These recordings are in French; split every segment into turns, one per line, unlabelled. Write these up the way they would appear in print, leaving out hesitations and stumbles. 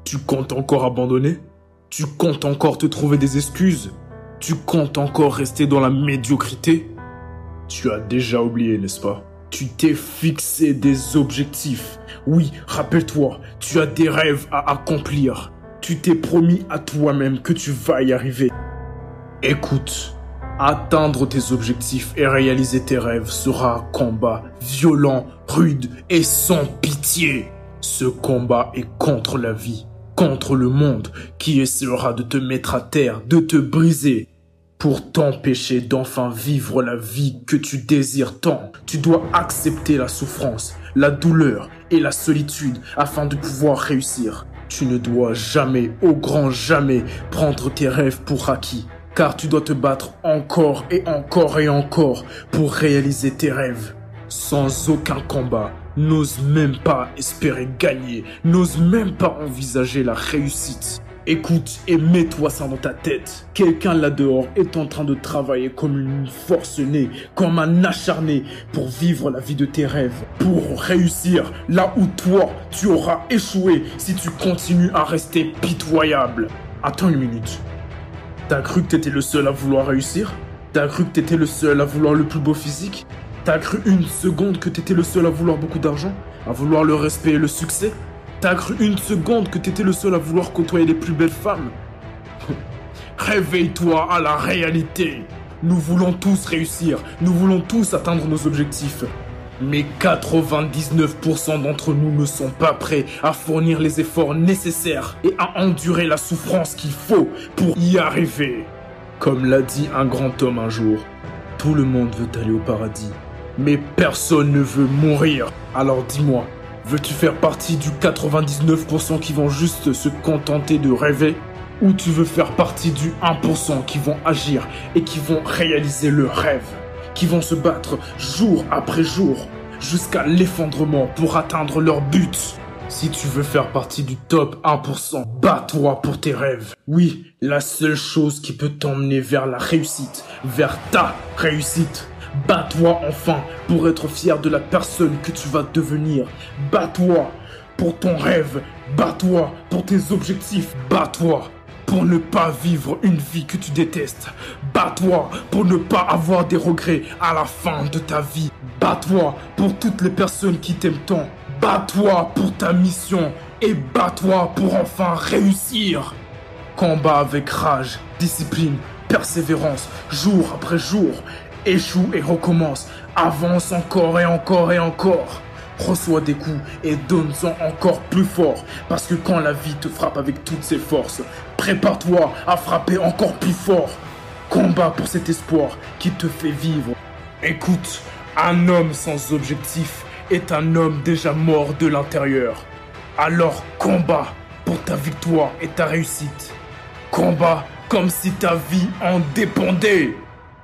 Tu comptes encore abandonner? Tu comptes encore te trouver des excuses? Tu comptes encore rester dans la médiocrité? Tu as déjà oublié, n'est-ce pas? Tu t'es fixé des objectifs. Oui, rappelle-toi, tu as des rêves à accomplir. Tu t'es promis à toi-même que tu vas y arriver. Écoute, atteindre tes objectifs et réaliser tes rêves sera un combat violent, rude et sans pitié. Ce combat est contre la vie, contre le monde qui essaiera de te mettre à terre, de te briser. Pour t'empêcher d'enfin vivre la vie que tu désires tant, tu dois accepter la souffrance, la douleur et la solitude afin de pouvoir réussir. Tu ne dois jamais, au grand jamais, prendre tes rêves pour acquis, car tu dois te battre encore et encore et encore pour réaliser tes rêves. Sans aucun combat, n'ose même pas espérer gagner, n'ose même pas envisager la réussite. Écoute et mets-toi ça dans ta tête. Quelqu'un là dehors est en train de travailler comme une forcenée, comme un acharné pour vivre la vie de tes rêves, pour réussir là où toi, tu auras échoué si tu continues à rester pitoyable. Attends une minute. T'as cru que t'étais le seul à vouloir réussir? T'as cru que t'étais le seul à vouloir le plus beau physique? T'as cru une seconde que t'étais le seul à vouloir beaucoup d'argent? À vouloir le respect et le succès? T'as cru une seconde que t'étais le seul à vouloir côtoyer les plus belles femmes? Réveille-toi à la réalité. Nous voulons tous réussir, nous voulons tous atteindre nos objectifs. Mais 99% d'entre nous ne sont pas prêts à fournir les efforts nécessaires et à endurer la souffrance qu'il faut pour y arriver. Comme l'a dit un grand homme un jour, tout le monde veut aller au paradis, mais personne ne veut mourir. Alors dis-moi, veux-tu faire partie du 99% qui vont juste se contenter de rêver? Ou tu veux faire partie du 1% qui vont agir et qui vont réaliser le rêve, qui vont se battre jour après jour jusqu'à l'effondrement pour atteindre leur but? Si tu veux faire partie du top 1%, bats-toi pour tes rêves. Oui, la seule chose qui peut t'emmener vers la réussite, vers ta réussite. Bats-toi enfin pour être fier de la personne que tu vas devenir. Bats-toi pour ton rêve. Bats-toi pour tes objectifs. Bats-toi pour ne pas vivre une vie que tu détestes. Bats-toi pour ne pas avoir des regrets à la fin de ta vie. Bats-toi pour toutes les personnes qui t'aiment tant. Bats-toi pour ta mission et bats-toi pour enfin réussir. Combat avec rage, discipline, persévérance, jour après jour. Échoue et recommence. Avance encore et encore et encore. Reçois des coups et donne-en encore plus fort. Parce que quand la vie te frappe avec toutes ses forces, prépare-toi à frapper encore plus fort. Combat pour cet espoir qui te fait vivre. Écoute, un homme sans objectif est un homme déjà mort de l'intérieur. Alors combat pour ta victoire et ta réussite. Combat comme si ta vie en dépendait.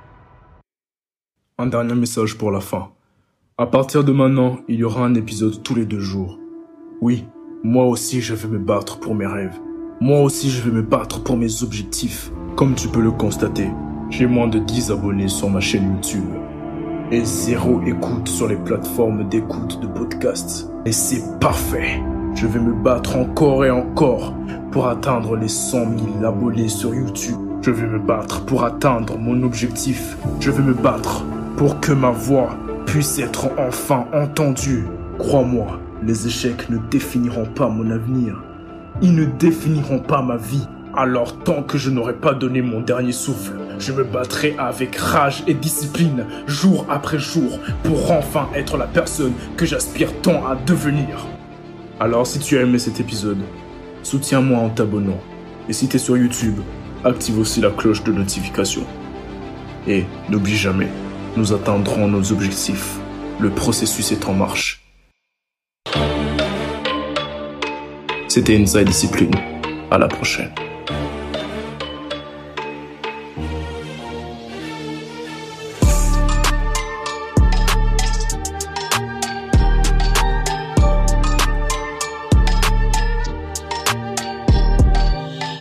Un dernier message pour la fin. À partir de maintenant, il y aura un épisode tous les 2 jours. Oui, moi aussi je vais me battre pour mes rêves. Moi aussi je vais me battre pour mes objectifs. Comme tu peux le constater, j'ai moins de 10 abonnés sur ma chaîne YouTube. Et 0 écoute sur les plateformes d'écoute de podcasts. Et c'est parfait. Je vais me battre encore et encore pour atteindre les 100 000 abonnés sur YouTube. Je vais me battre pour atteindre mon objectif. Je vais me battre pour que ma voix puisse être enfin entendue. Crois-moi, les échecs ne définiront pas mon avenir. Ils ne définiront pas ma vie. Alors tant que je n'aurai pas donné mon dernier souffle, je me battrai avec rage et discipline, jour après jour, pour enfin être la personne que j'aspire tant à devenir. Alors si tu as aimé cet épisode, soutiens-moi en t'abonnant. Et si tu es sur YouTube, active aussi la cloche de notification. Et n'oublie jamais, nous atteindrons nos objectifs. Le processus est en marche. C'était Inside Discipline. À la prochaine.